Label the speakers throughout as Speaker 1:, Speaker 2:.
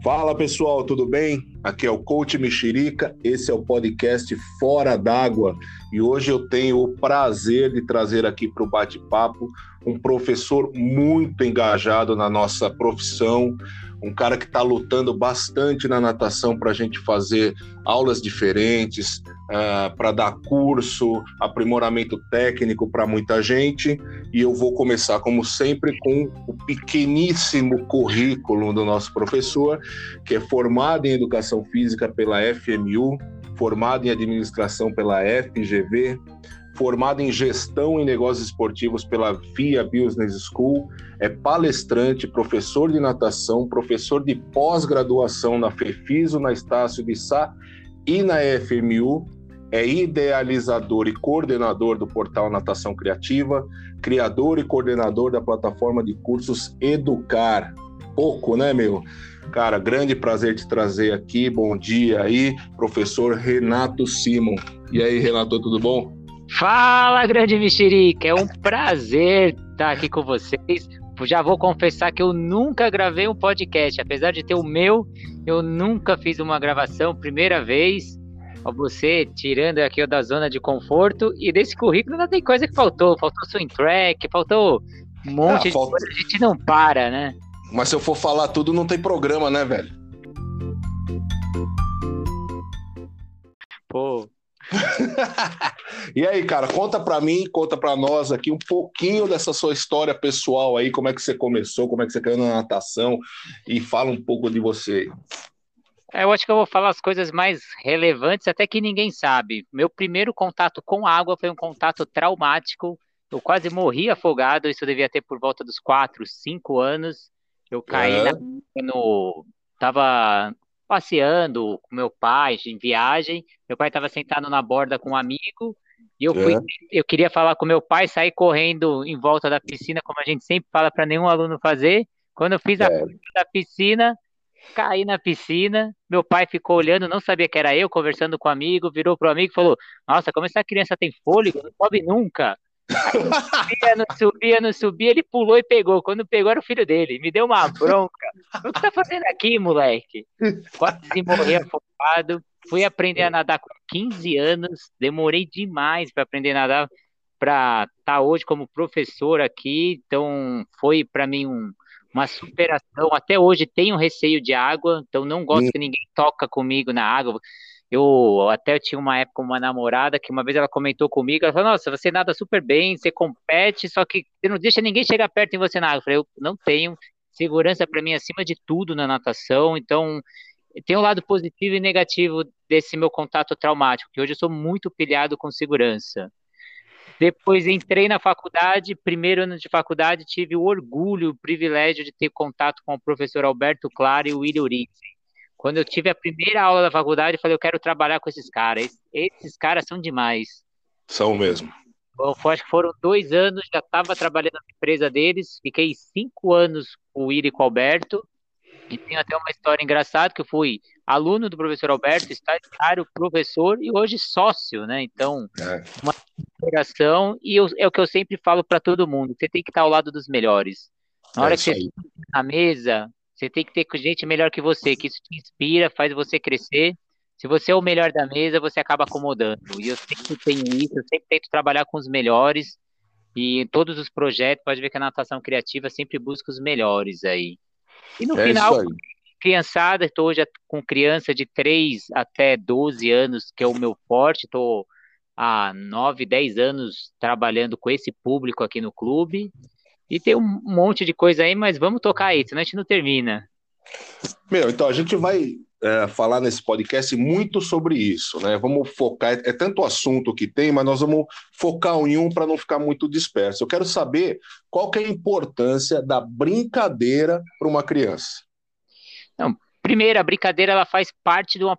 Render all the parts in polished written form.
Speaker 1: Fala pessoal, tudo bem? Aqui é o Coach Mexerica, esse é o podcast Fora d'Água e hoje eu tenho o prazer de trazer aqui para o bate-papo um professor muito engajado na nossa profissão, um cara que está lutando bastante na natação para a gente fazer aulas diferentes, para dar curso, aprimoramento técnico para muita gente. E eu vou começar, como sempre, com o pequeníssimo currículo do nosso professor, que é formado em Educação Física pela FMU, formado em Administração pela FGV, formado em Gestão e Negócios Esportivos pela Via Business School, é palestrante, professor de natação, professor de pós-graduação na FEFISO, na Estácio de Sá e na FMU, é idealizador e coordenador do portal Natação Criativa, criador e coordenador da plataforma de cursos Educar. Pouco, né, meu? Cara, grande prazer te trazer aqui. Bom dia aí, professor Renato Simon. E aí, Renato, tudo bom?
Speaker 2: Fala, grande Mexerica! É um prazer estar aqui com vocês. Já vou confessar que eu nunca gravei um podcast. Apesar de ter o meu, eu nunca fiz uma gravação. Primeira vez. Você tirando aqui da zona de conforto. E desse currículo ainda tem coisa que faltou. Faltou swing track, faltou um monte de coisa. A gente não para, né?
Speaker 1: Mas se eu for falar tudo, não tem programa, né, velho?
Speaker 2: Pô.
Speaker 1: E aí, cara, conta pra mim, conta pra nós aqui um pouquinho dessa sua história pessoal aí, como é que você começou, como é que você caiu na natação e fala um pouco de você.
Speaker 2: Eu acho que eu vou falar as coisas mais relevantes, até que ninguém sabe. Meu primeiro contato com água foi um contato traumático. Eu quase morri afogado, isso eu devia ter por volta dos 4, 5 anos. Eu caí Tava passeando com meu pai em viagem. Meu pai estava sentado na borda com um amigo. E eu queria falar com meu pai, sair correndo em volta da piscina, como a gente sempre fala para nenhum aluno fazer. Quando eu fiz a curva da piscina, caí na piscina, meu pai ficou olhando, não sabia que era eu, conversando com o amigo, virou pro amigo e falou: nossa, como essa criança tem fôlego, não sobe nunca. Aí, não subia, ele pulou e pegou. Quando pegou, era o filho dele. Me deu uma bronca. O que tá fazendo aqui, moleque? Quase morri afogado. Fui aprender a nadar com 15 anos. Demorei demais para aprender a nadar, para estar hoje como professor aqui. Então, foi para mim uma superação. Até hoje tenho receio de água, então não gosto que ninguém toca comigo na água. Eu até tinha uma época uma namorada que uma vez ela comentou comigo, ela falou: nossa, você nada super bem, você compete, só que você não deixa ninguém chegar perto de você na água. Eu falei: eu não tenho segurança, para mim acima de tudo na natação. Então tem um lado positivo e negativo desse meu contato traumático, que hoje eu sou muito pilhado com segurança. Depois entrei na faculdade, primeiro ano de faculdade, tive o orgulho, o privilégio de ter contato com o professor Alberto Claro e o William Urizzi. Quando eu tive a primeira aula da faculdade, eu falei: eu quero trabalhar com esses caras. Esses caras são demais.
Speaker 1: São mesmo.
Speaker 2: Bom, acho que foram 2 anos, já estava trabalhando na empresa deles. Fiquei 5 anos com o William e com o Alberto. E tem até uma história engraçada, que eu fui aluno do professor Alberto, estagiário, professor e hoje sócio, né? Então, uma integração. E é o que eu sempre falo para todo mundo: você tem que estar ao lado dos melhores. Na hora que você fica na mesa, você tem que ter gente melhor que você, que isso te inspira, faz você crescer. Se você é o melhor da mesa, você acaba acomodando. E eu sempre tenho isso, eu sempre tento trabalhar com os melhores. E em todos os projetos, pode ver que a natação criativa sempre busca os melhores aí. E no final, criançada, estou hoje com criança de 3 até 12 anos, que é o meu forte. Estou há 9, 10 anos trabalhando com esse público aqui no clube. E tem um monte de coisa aí, mas vamos tocar aí, senão a gente não termina.
Speaker 1: Então a gente vai falar nesse podcast muito sobre isso, né? Vamos focar, é tanto assunto que tem, mas nós vamos focar em um para não ficar muito disperso. Eu quero saber qual que é a importância da brincadeira para uma criança.
Speaker 2: Não, primeiro, a brincadeira ela faz parte de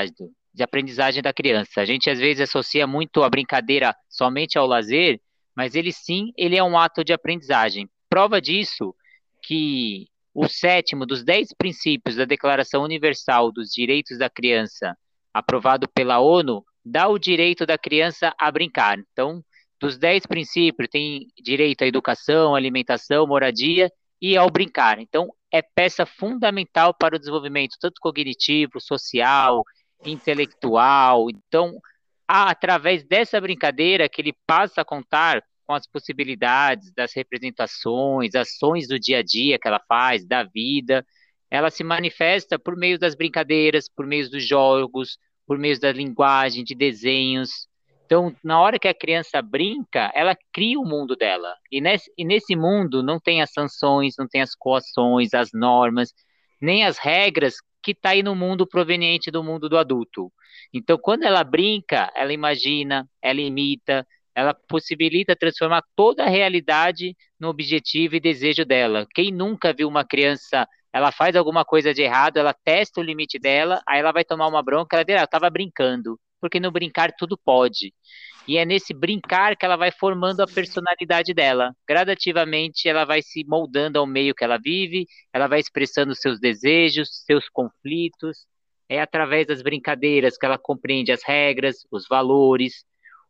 Speaker 2: de aprendizagem da criança. A gente às vezes associa muito a brincadeira somente ao lazer, mas ele é um ato de aprendizagem. Prova disso que o 7º dos 10 princípios da Declaração Universal dos Direitos da Criança, aprovado pela ONU, dá o direito da criança a brincar. Então, dos 10 princípios, tem direito à educação, alimentação, moradia e ao brincar. Então, é peça fundamental para o desenvolvimento, tanto cognitivo, social, intelectual. Então, através dessa brincadeira que ele passa a contar com as possibilidades das representações, ações do dia a dia que ela faz, da vida, ela se manifesta por meio das brincadeiras, por meio dos jogos, por meio da linguagem, de desenhos. Então, na hora que a criança brinca, ela cria o mundo dela. E nesse mundo não tem as sanções, não tem as coações, as normas, nem as regras que está aí no mundo proveniente do mundo do adulto. Então, quando ela brinca, ela imagina, ela imita, ela possibilita transformar toda a realidade no objetivo e desejo dela. Quem nunca viu uma criança, ela faz alguma coisa de errado, ela testa o limite dela, aí ela vai tomar uma bronca, ela diz, eu estava brincando, porque no brincar tudo pode. E é nesse brincar que ela vai formando a personalidade dela. Gradativamente, ela vai se moldando ao meio que ela vive, ela vai expressando seus desejos, seus conflitos. É através das brincadeiras que ela compreende as regras, os valores,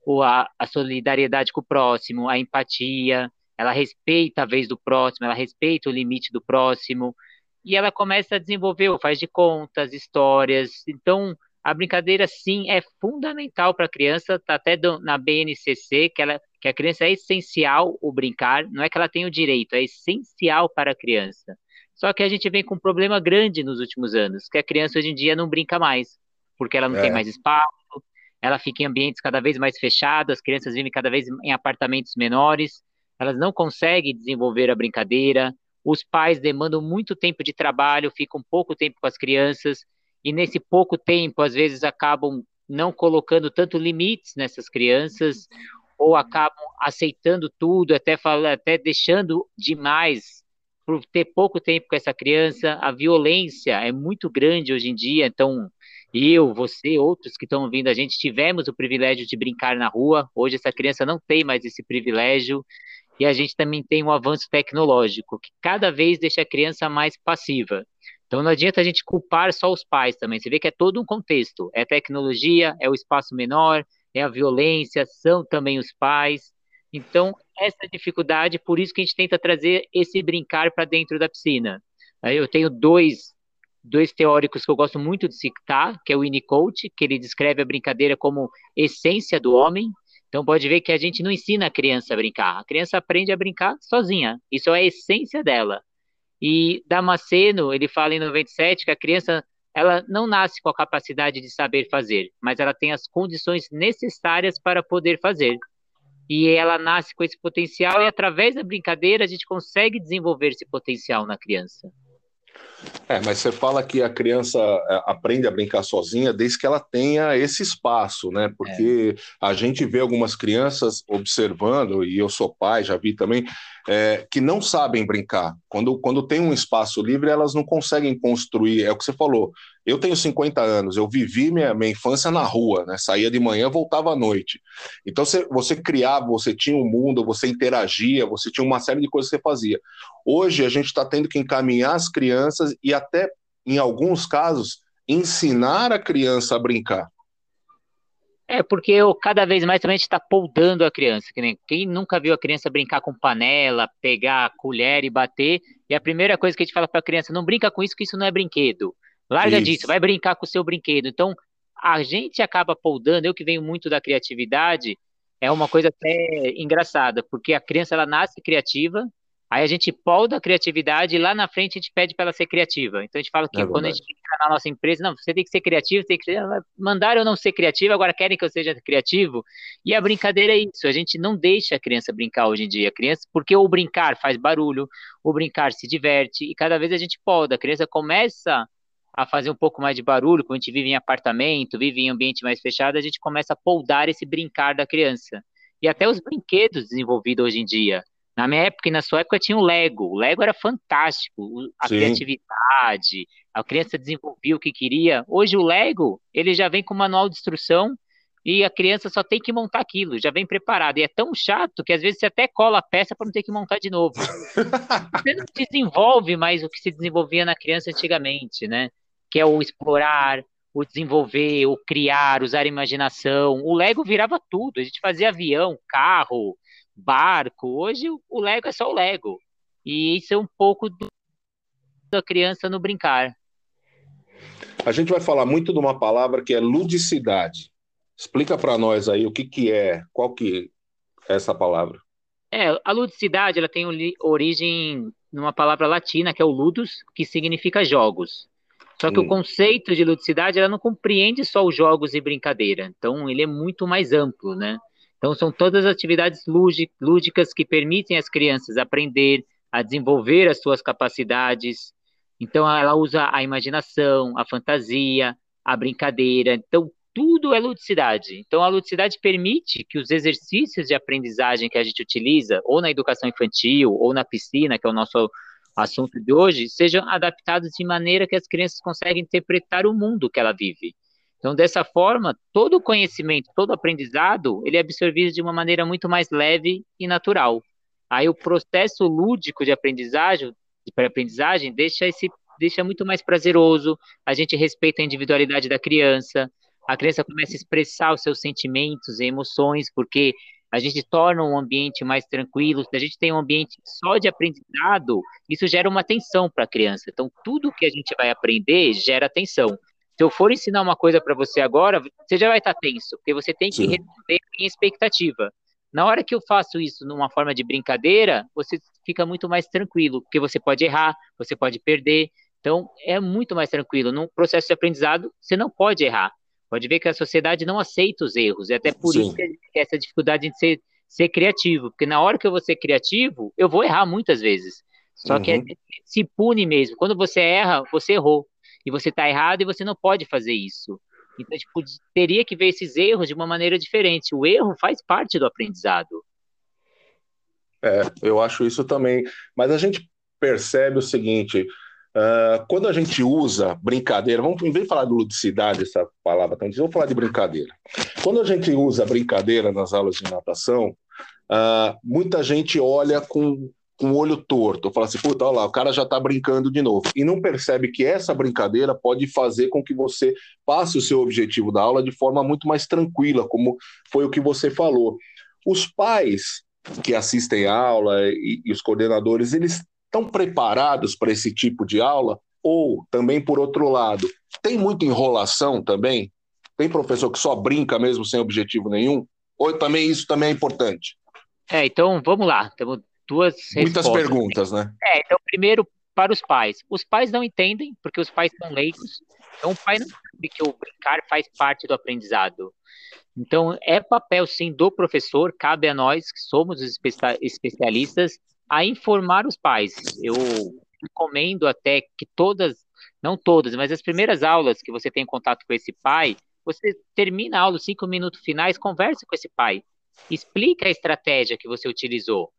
Speaker 2: a solidariedade com o próximo, a empatia. Ela respeita a vez do próximo, ela respeita o limite do próximo. E ela começa a desenvolver o faz de contas, histórias. Então, a brincadeira, sim, é fundamental para a criança, está até na BNCC, que a criança é essencial o brincar, não é que ela tem o direito, é essencial para a criança. Só que a gente vem com um problema grande nos últimos anos, que a criança hoje em dia não brinca mais, porque ela não tem
Speaker 1: É,
Speaker 2: mais espaço, ela fica em ambientes cada vez mais fechados, as crianças vivem cada vez em apartamentos menores, elas não conseguem desenvolver a brincadeira, os pais demandam muito tempo de trabalho, ficam pouco tempo com as crianças, e nesse pouco tempo, às vezes, acabam não colocando tanto limites nessas crianças, ou acabam aceitando tudo, até deixando demais por ter pouco tempo com essa criança. A violência é muito grande hoje em dia, então eu, você, outros que estão ouvindo a gente, tivemos o privilégio de brincar na rua. Hoje essa criança não tem mais esse privilégio. E a gente também tem um avanço tecnológico, que cada vez deixa a criança mais passiva. Então não adianta a gente culpar só os pais também. Você vê que é todo um contexto. É tecnologia, é o espaço menor, é a violência, são também os pais. Então, essa dificuldade, por isso que a gente tenta trazer esse brincar para dentro da piscina. Aí eu tenho dois teóricos que eu gosto muito de citar, que é o Winnicott, que ele descreve a brincadeira como essência do homem. Então pode ver que a gente não ensina a criança a brincar, a criança aprende a brincar sozinha, isso é a essência dela. E Damasceno, ele fala em 97 que a criança ela não nasce com a capacidade de saber fazer, mas ela tem as condições necessárias para poder fazer. E ela nasce com esse potencial e através da brincadeira a gente consegue desenvolver esse potencial na criança.
Speaker 1: mas você fala que a criança aprende a brincar sozinha desde que ela tenha esse espaço, né?
Speaker 2: É.
Speaker 1: Porque a gente vê algumas crianças observando, e eu sou pai, já vi também, que não sabem brincar. Quando tem um espaço livre, elas não conseguem construir. É o que você falou. Eu tenho 50 anos, eu vivi minha infância na rua, né? Saía de manhã, voltava à noite. Então você criava, você tinha um mundo, você interagia, você tinha uma série de coisas que você fazia. Hoje a gente está tendo que encaminhar as crianças e até, em alguns casos, ensinar a criança a brincar.
Speaker 2: É, porque eu, cada vez mais também a gente está poldando a criança. Que nem, quem nunca viu a criança brincar com panela, pegar a colher e bater, e a primeira coisa que a gente fala para a criança, não brinca com isso, que isso não é brinquedo. Larga disso,
Speaker 1: Isso.
Speaker 2: vai brincar com o seu brinquedo. Então, a gente acaba poldando, eu que venho muito da criatividade, é uma coisa até engraçada, porque a criança ela nasce criativa, aí a gente polda a criatividade e lá na frente a gente pede para ela ser criativa. Então a gente fala
Speaker 1: É
Speaker 2: que quando a gente
Speaker 1: verdade.
Speaker 2: entra na nossa empresa, não, você tem que ser criativo, tem que ser, mandaram eu não ser criativo, agora querem que eu seja criativo. E a brincadeira é isso, a gente não deixa a criança brincar hoje em dia, a criança, porque o brincar faz barulho, o brincar se diverte e cada vez a gente poda, a criança começa a fazer um pouco mais de barulho, quando a gente vive em apartamento, vive em ambiente mais fechado, a gente começa a poldar esse brincar da criança. E até os brinquedos desenvolvidos hoje em dia. Na minha época e na sua época tinha o Lego. O Lego era fantástico, a
Speaker 1: Sim,
Speaker 2: criatividade, a criança desenvolvia o que queria. Hoje o Lego, ele já vem com manual de instrução e a criança só tem que montar aquilo, já vem preparado. E é tão chato que às vezes você até cola a peça para não ter que montar de novo. Você não desenvolve mais o que se desenvolvia na criança antigamente, né? Que é o explorar, o desenvolver, o criar, usar a imaginação. O Lego virava tudo. A gente fazia avião, carro, barco. Hoje o Lego é só o Lego. E isso é um pouco a criança no brincar.
Speaker 1: A gente vai falar muito de uma palavra que é ludicidade. Explica para nós aí o que que é, qual que é essa palavra.
Speaker 2: A ludicidade ela tem origem numa palavra latina, que é o ludus, que significa jogos. Só que o
Speaker 1: Hum,
Speaker 2: conceito de ludicidade ela não compreende só os jogos e brincadeira. Então, ele é muito mais amplo, né? Então, são todas as atividades lúdicas que permitem às crianças aprender a desenvolver as suas capacidades. Então, ela usa a imaginação, a fantasia, a brincadeira. Então, tudo é ludicidade. Então, a ludicidade permite que os exercícios de aprendizagem que a gente utiliza, ou na educação infantil, ou na piscina, que é o nosso assunto de hoje, sejam adaptados de maneira que as crianças conseguem interpretar o mundo que ela vive. Então, dessa forma, todo o conhecimento, todo o aprendizado, ele é absorvido de uma maneira muito mais leve e natural. Aí o processo lúdico de aprendizagem deixa muito mais prazeroso, a gente respeita a individualidade da criança, a criança começa a expressar os seus sentimentos e emoções, porque a gente torna um ambiente mais tranquilo. Se a gente tem um ambiente só de aprendizado, isso gera uma tensão para a criança. Então, tudo que a gente vai aprender gera tensão. Se eu for ensinar uma coisa para você agora, você já vai estar tenso, porque você tem que
Speaker 1: sim.
Speaker 2: responder em expectativa. Na hora que eu faço isso numa forma de brincadeira, você fica muito mais tranquilo, porque você pode errar, você pode perder. Então, é muito mais tranquilo. Num processo de aprendizado, você não pode errar. Pode ver que a sociedade não aceita os erros, e até por isso
Speaker 1: Sim.
Speaker 2: que a gente tem essa dificuldade de ser criativo, porque na hora que eu vou ser criativo, eu vou errar muitas vezes. Só que a
Speaker 1: Uhum.
Speaker 2: gente se pune mesmo. Quando você erra, você errou. E você está errado e você não pode fazer isso. Então, tipo, teria que ver esses erros de uma maneira diferente. O erro faz parte do aprendizado.
Speaker 1: É, eu acho isso também. Mas a gente percebe o seguinte: quando a gente usa brincadeira, vamos, em vez de falar de ludicidade, essa palavra tão difícil, vamos falar de brincadeira. Quando a gente usa brincadeira nas aulas de natação, muita gente olha com o olho torto, fala assim, puta, olha lá, o cara já está brincando de novo. E não percebe que essa brincadeira pode fazer com que você passe o seu objetivo da aula de forma muito mais tranquila, como foi o que você falou. Os pais que assistem a aula e os coordenadores, eles estão preparados para esse tipo de aula? Ou, também por outro lado, tem muita enrolação também? Tem professor que só brinca mesmo sem objetivo nenhum? Ou também isso também é importante?
Speaker 2: Então vamos lá. Temos duas
Speaker 1: Muitas
Speaker 2: respostas.
Speaker 1: perguntas, né?
Speaker 2: Então, primeiro, para os pais. Os pais não entendem, porque os pais são leigos. Então, o pai não sabe que o brincar faz parte do aprendizado. Então, é papel, sim, do professor, cabe a nós, que somos os especialistas, a informar os pais. Eu recomendo até que não todas, mas as primeiras aulas que você tem contato com esse pai, você termina a aula, os 5 minutos finais, converse com esse pai. Explica a estratégia que você utilizou.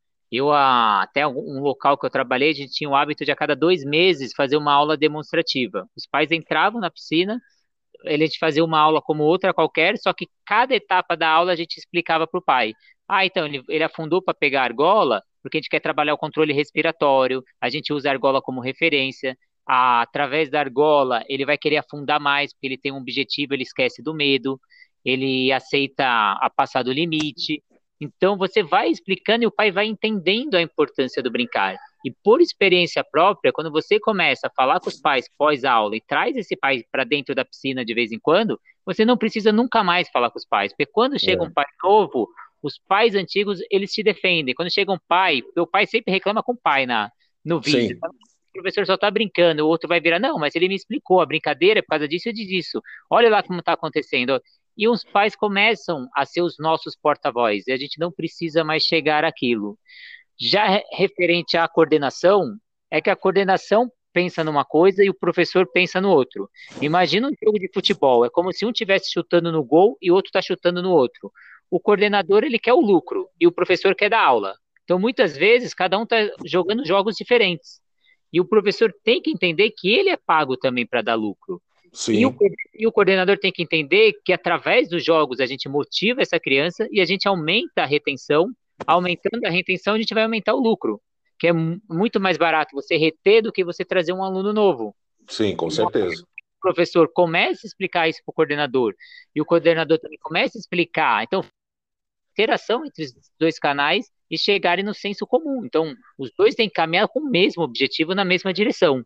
Speaker 2: Até um local que eu trabalhei, a gente tinha o hábito de a cada 2 meses fazer uma aula demonstrativa. Os pais entravam na piscina, a gente fazia uma aula como outra qualquer, só que cada etapa da aula a gente explicava para o pai. Então, ele afundou para pegar a argola, porque a gente quer trabalhar o controle respiratório, a gente usa a argola como referência. Através da argola, ele vai querer afundar mais, porque ele tem um objetivo, ele esquece do medo, ele aceita a passar do limite. Então, você vai explicando e o pai vai entendendo a importância do brincar. E por experiência própria, quando você começa a falar com os pais pós-aula e traz esse pai para dentro da piscina de vez em quando, você não precisa nunca mais falar com os pais, porque quando chega um
Speaker 1: É.
Speaker 2: pai novo, os pais antigos, eles te defendem. Quando chega um pai, o pai sempre reclama com o pai no vídeo.
Speaker 1: Sim,
Speaker 2: Fala, o professor só está brincando, o outro vai virar, não, mas ele me explicou, a brincadeira é por causa disso e disso. Olha lá como está acontecendo. E os pais começam a ser os nossos porta-voz, e a gente não precisa mais chegar àquilo. Já referente à coordenação, é que a coordenação pensa numa coisa e o professor pensa no outro. Imagina um jogo de futebol, é como se um estivesse chutando no gol e o outro está chutando no outro. O coordenador ele quer o lucro e o professor quer dar aula. Então, muitas vezes, cada um está jogando jogos diferentes. E o professor tem que entender que ele é pago também para dar lucro. E o,
Speaker 1: sim.
Speaker 2: e o coordenador tem que entender que através dos jogos a gente motiva essa criança e a gente aumenta a retenção. Aumentando a retenção, a gente vai aumentar o lucro, que é muito mais barato você reter do que você trazer um aluno novo.
Speaker 1: Sim, com
Speaker 2: E
Speaker 1: certeza.
Speaker 2: o professor começa a explicar isso para o coordenador, e o coordenador também começa a explicar. Então, interação entre os dois canais e chegarem no senso comum. Então, os dois têm que caminhar com o mesmo objetivo na mesma direção.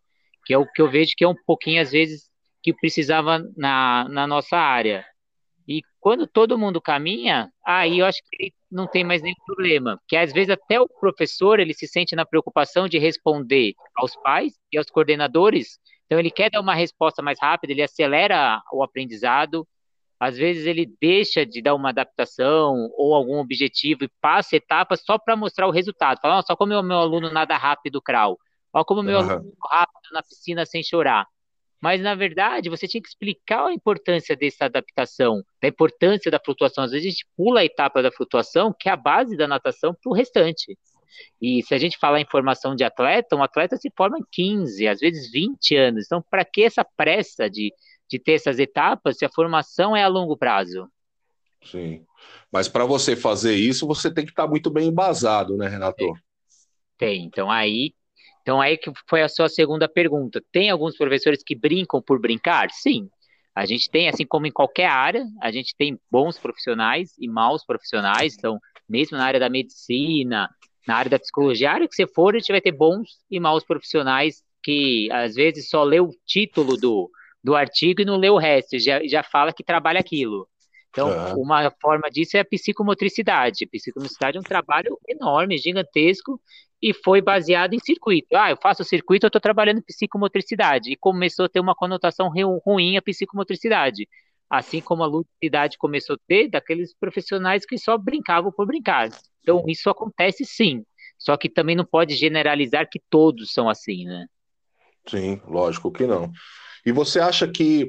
Speaker 2: que é o que eu vejo que é um pouquinho, às vezes, que precisava na nossa área. E quando todo mundo caminha, aí eu acho que não tem mais nenhum problema, porque às vezes até o professor ele se sente na preocupação de responder aos pais e aos coordenadores, então ele quer dar uma resposta mais rápida, ele acelera o aprendizado, às vezes ele deixa de dar uma adaptação ou algum objetivo e passa etapas só para mostrar o resultado. Fala, "Nossa, só como o meu aluno nada rápido, crawl. Olha como o meu aluno
Speaker 1: Aham.
Speaker 2: rápido na piscina sem chorar." Mas, na verdade, você tinha que explicar a importância dessa adaptação, da importância da flutuação. Às vezes a gente pula a etapa da flutuação, que é a base da natação, para o restante. E se a gente falar em formação de atleta, um atleta se forma em 15, às vezes 20 anos. Então, para que essa pressa de ter essas etapas se a formação é a longo prazo?
Speaker 1: Sim. Mas para você fazer isso, você tem que estar muito bem embasado, né, Renato?
Speaker 2: Tem. Então aí que foi a sua segunda pergunta. Tem alguns professores que brincam por brincar? Sim. A gente tem, assim como em qualquer área, a gente tem bons profissionais e maus profissionais. Então, mesmo na área da medicina, na área da psicologia, a área que você for, a gente vai ter bons e maus profissionais que às vezes só lê o título do artigo e não lê o resto, já fala que trabalha aquilo. Então,
Speaker 1: Aham.
Speaker 2: uma forma disso é a psicomotricidade. A psicomotricidade é um trabalho enorme, gigantesco, e foi baseado em circuito. Ah, eu faço circuito, eu estou trabalhando psicomotricidade. E começou a ter uma conotação ruim a psicomotricidade. Assim como a ludicidade começou a ter daqueles profissionais que só brincavam por brincar. Então, isso acontece sim. Só que também não pode generalizar que todos são assim, né?
Speaker 1: Sim, lógico que não. E você acha que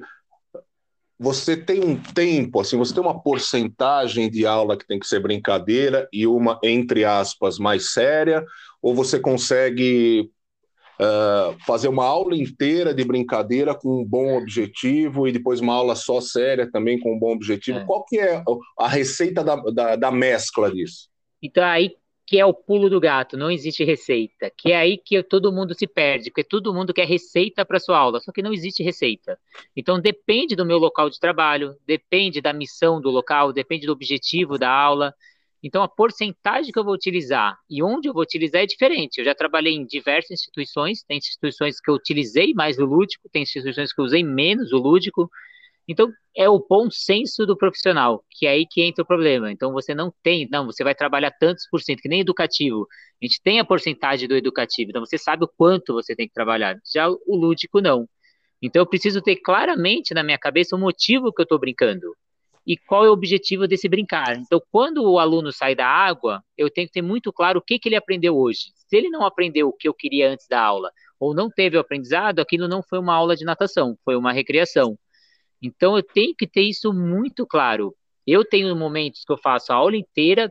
Speaker 1: você tem um tempo, assim, você tem uma porcentagem de aula que tem que ser brincadeira e uma, entre aspas, mais séria? Ou você consegue fazer uma aula inteira de brincadeira com um bom objetivo e depois uma aula só séria também com um bom objetivo?
Speaker 2: É.
Speaker 1: Qual que é a receita da mescla disso?
Speaker 2: Então, aí que é o pulo do gato, não existe receita. Que é aí que todo mundo se perde, porque todo mundo quer receita para sua aula, só que não existe receita. Então, depende do meu local de trabalho, depende da missão do local, depende do objetivo da aula. Então, a porcentagem que eu vou utilizar e onde eu vou utilizar é diferente. Eu já trabalhei em diversas instituições, tem instituições que eu utilizei mais o lúdico, tem instituições que eu usei menos o lúdico. Então, é o bom senso do profissional, que é aí que entra o problema. Então, você não tem, não, você vai trabalhar tantos por cento, que nem educativo. A gente tem a porcentagem do educativo, então você sabe o quanto você tem que trabalhar. Já o lúdico, não. Então, eu preciso ter claramente na minha cabeça o motivo que eu estou brincando e qual é o objetivo desse brincar. Então, quando o aluno sai da água, eu tenho que ter muito claro o que que ele aprendeu hoje. Se ele não aprendeu o que eu queria antes da aula, ou não teve o aprendizado, aquilo não foi uma aula de natação, foi uma recreação. Então eu tenho que ter isso muito claro. Eu tenho momentos que eu faço a aula inteira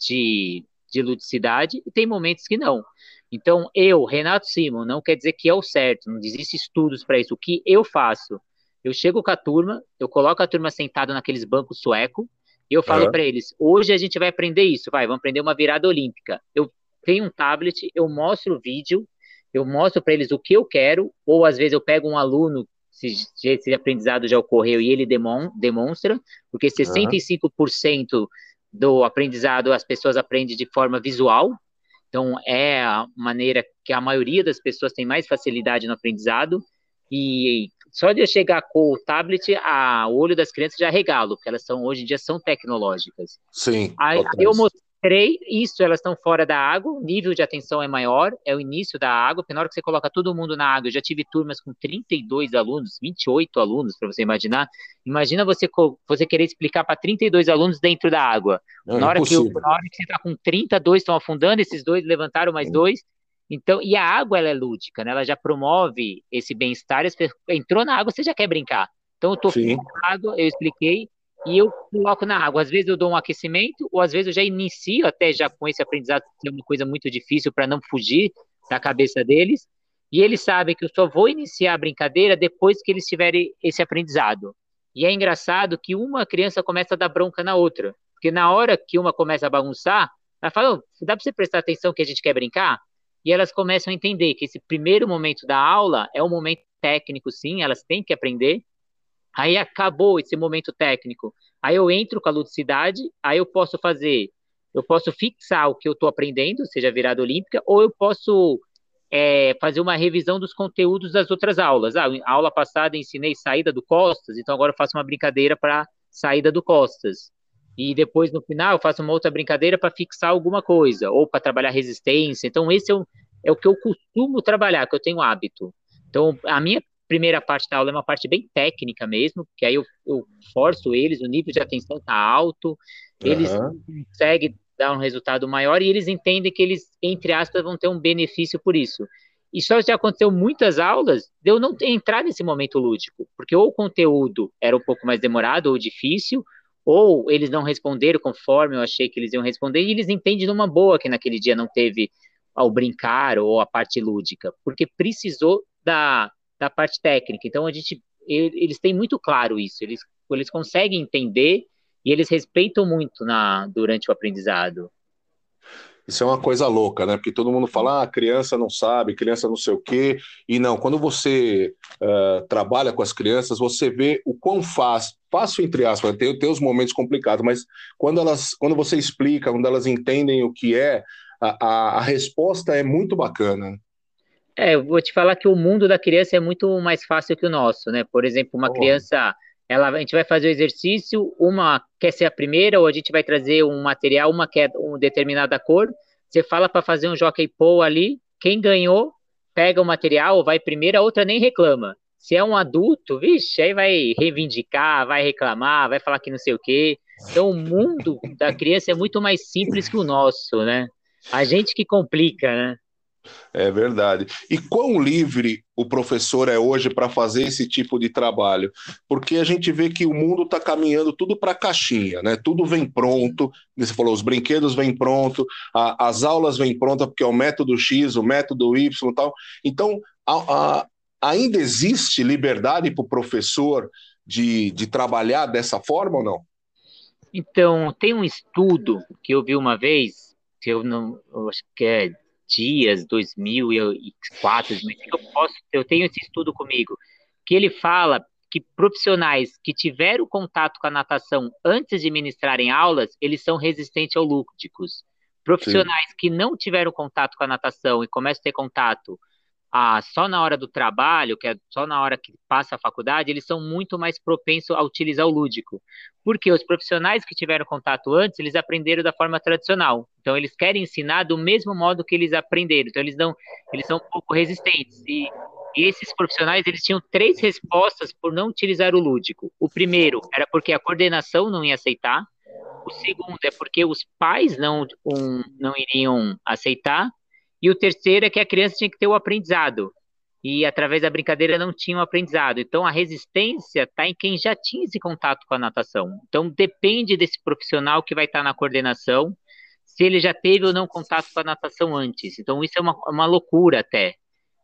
Speaker 2: de ludicidade e tem momentos que não. Então eu, Renato Simon, não quer dizer que é o certo, não existe estudos para isso. O que eu faço? Eu chego com a turma, eu coloco a turma sentada naqueles bancos sueco e eu falo
Speaker 1: Aham.
Speaker 2: para eles: hoje a gente vai aprender isso, vai, vamos aprender uma virada olímpica. Eu tenho um tablet, eu mostro o vídeo, eu mostro para eles o que eu quero, ou às vezes eu pego um aluno se esse aprendizado já ocorreu e ele demonstra, porque
Speaker 1: Aham.
Speaker 2: 65% do aprendizado as pessoas aprendem de forma visual, então é a maneira que a maioria das pessoas tem mais facilidade no aprendizado, e só de eu chegar com o tablet, o olho das crianças já regalo, porque elas são, hoje em dia são tecnológicas.
Speaker 1: Sim,
Speaker 2: Aí eu
Speaker 1: totais.
Speaker 2: mostrei isso, elas estão fora da água, o nível de atenção é maior, é o início da água, porque na hora que você coloca todo mundo na água, eu já tive turmas com 32 alunos, 28 alunos, para você imaginar. Imagina você querer explicar para 32 alunos dentro da água.
Speaker 1: Não, é impossível.
Speaker 2: Na hora que você está com 32 estão afundando, esses dois levantaram mais dois. Então, e a água ela é lúdica, né? Ela já promove esse bem-estar. Entrou na água, você já quer brincar. Então, eu tô
Speaker 1: Sim,
Speaker 2: na água, eu expliquei, e eu coloco na água. Às vezes eu dou um aquecimento, ou às vezes eu já inicio até já com esse aprendizado, que é uma coisa muito difícil para não fugir da cabeça deles. E eles sabem que eu só vou iniciar a brincadeira depois que eles tiverem esse aprendizado. E é engraçado que uma criança começa a dar bronca na outra. Porque na hora que uma começa a bagunçar, ela fala: "Ô, dá para você prestar atenção que a gente quer brincar?" E elas começam a entender que esse primeiro momento da aula é um momento técnico, sim, elas têm que aprender. Aí acabou esse momento técnico. Aí eu entro com a ludicidade, aí eu posso fixar o que eu estou aprendendo, seja virada olímpica, ou eu posso fazer uma revisão dos conteúdos das outras aulas. A aula passada ensinei saída do costas, então agora eu faço uma brincadeira para saída do costas. E depois, no final, eu faço uma outra brincadeira para fixar alguma coisa, ou para trabalhar resistência. Então, esse é o que eu costumo trabalhar, que eu tenho hábito. Então, a minha primeira parte da aula é uma parte bem técnica mesmo, que aí eu forço eles, o nível de atenção está alto, eles
Speaker 1: Aham.
Speaker 2: conseguem dar um resultado maior e eles entendem que eles, entre aspas, vão ter um benefício por isso. E só já aconteceu muitas aulas de eu não entrar nesse momento lúdico, porque ou o conteúdo era um pouco mais demorado ou difícil, ou eles não responderam conforme eu achei que eles iam responder, e eles entendem numa boa que naquele dia não teve ao brincar ou a parte lúdica, porque precisou da parte técnica. Então, eles têm muito claro isso, eles conseguem entender e eles respeitam muito durante o aprendizado.
Speaker 1: Isso é uma coisa louca, né? Porque todo mundo fala, criança não sabe, criança não sei o quê. E não, quando você trabalha com as crianças, você vê o quão fácil entre aspas, tem os momentos complicados, mas quando você explica, quando elas entendem o que é, a resposta é muito bacana.
Speaker 2: Eu vou te falar que o mundo da criança é muito mais fácil que o nosso, né? Por exemplo, uma
Speaker 1: Porra.
Speaker 2: criança, a gente vai fazer o exercício, uma quer ser a primeira, ou a gente vai trazer um material, uma quer uma determinada cor, você fala para fazer um jockey pole ali, quem ganhou pega o material, ou vai primeiro, a outra nem reclama. Se é um adulto, vixe, aí vai reivindicar, vai reclamar, vai falar que não sei o quê. Então, o mundo da criança é muito mais simples que o nosso, né? A gente que complica, né?
Speaker 1: É verdade. E quão livre o professor é hoje para fazer esse tipo de trabalho? Porque a gente vê que o mundo está caminhando tudo para a caixinha, né? Tudo vem pronto. Você falou, os brinquedos vêm pronto, as aulas vêm prontas, porque é o método X, o método Y e tal. Então, ainda existe liberdade para o professor de trabalhar dessa forma ou não?
Speaker 2: Então, tem um estudo que eu vi uma vez, que eu não, eu acho que é Dias 2004, 2005, eu tenho esse estudo comigo, que ele fala que profissionais que tiveram contato com a natação antes de ministrarem aulas, eles são resistentes ao lúdicos.
Speaker 1: Sim.
Speaker 2: Profissionais que não tiveram contato com a natação e começam a ter contato só na hora do trabalho, que é só na hora que passa a faculdade, eles são muito mais propensos a utilizar o lúdico. Porque os profissionais que tiveram contato antes, eles aprenderam da forma tradicional. Então, eles querem ensinar do mesmo modo que eles aprenderam. Então, eles são um pouco resistentes. E esses profissionais, eles tinham três respostas por não utilizar o lúdico. O primeiro era porque a coordenação não ia aceitar. O segundo é porque os pais não iriam aceitar. E o terceiro é que a criança tinha que ter o aprendizado. E através da brincadeira não tinha o aprendizado. Então a resistência está em quem já tinha esse contato com a natação. Então depende desse profissional que vai estar na coordenação, se ele já teve ou não contato com a natação antes. Então isso é uma loucura até.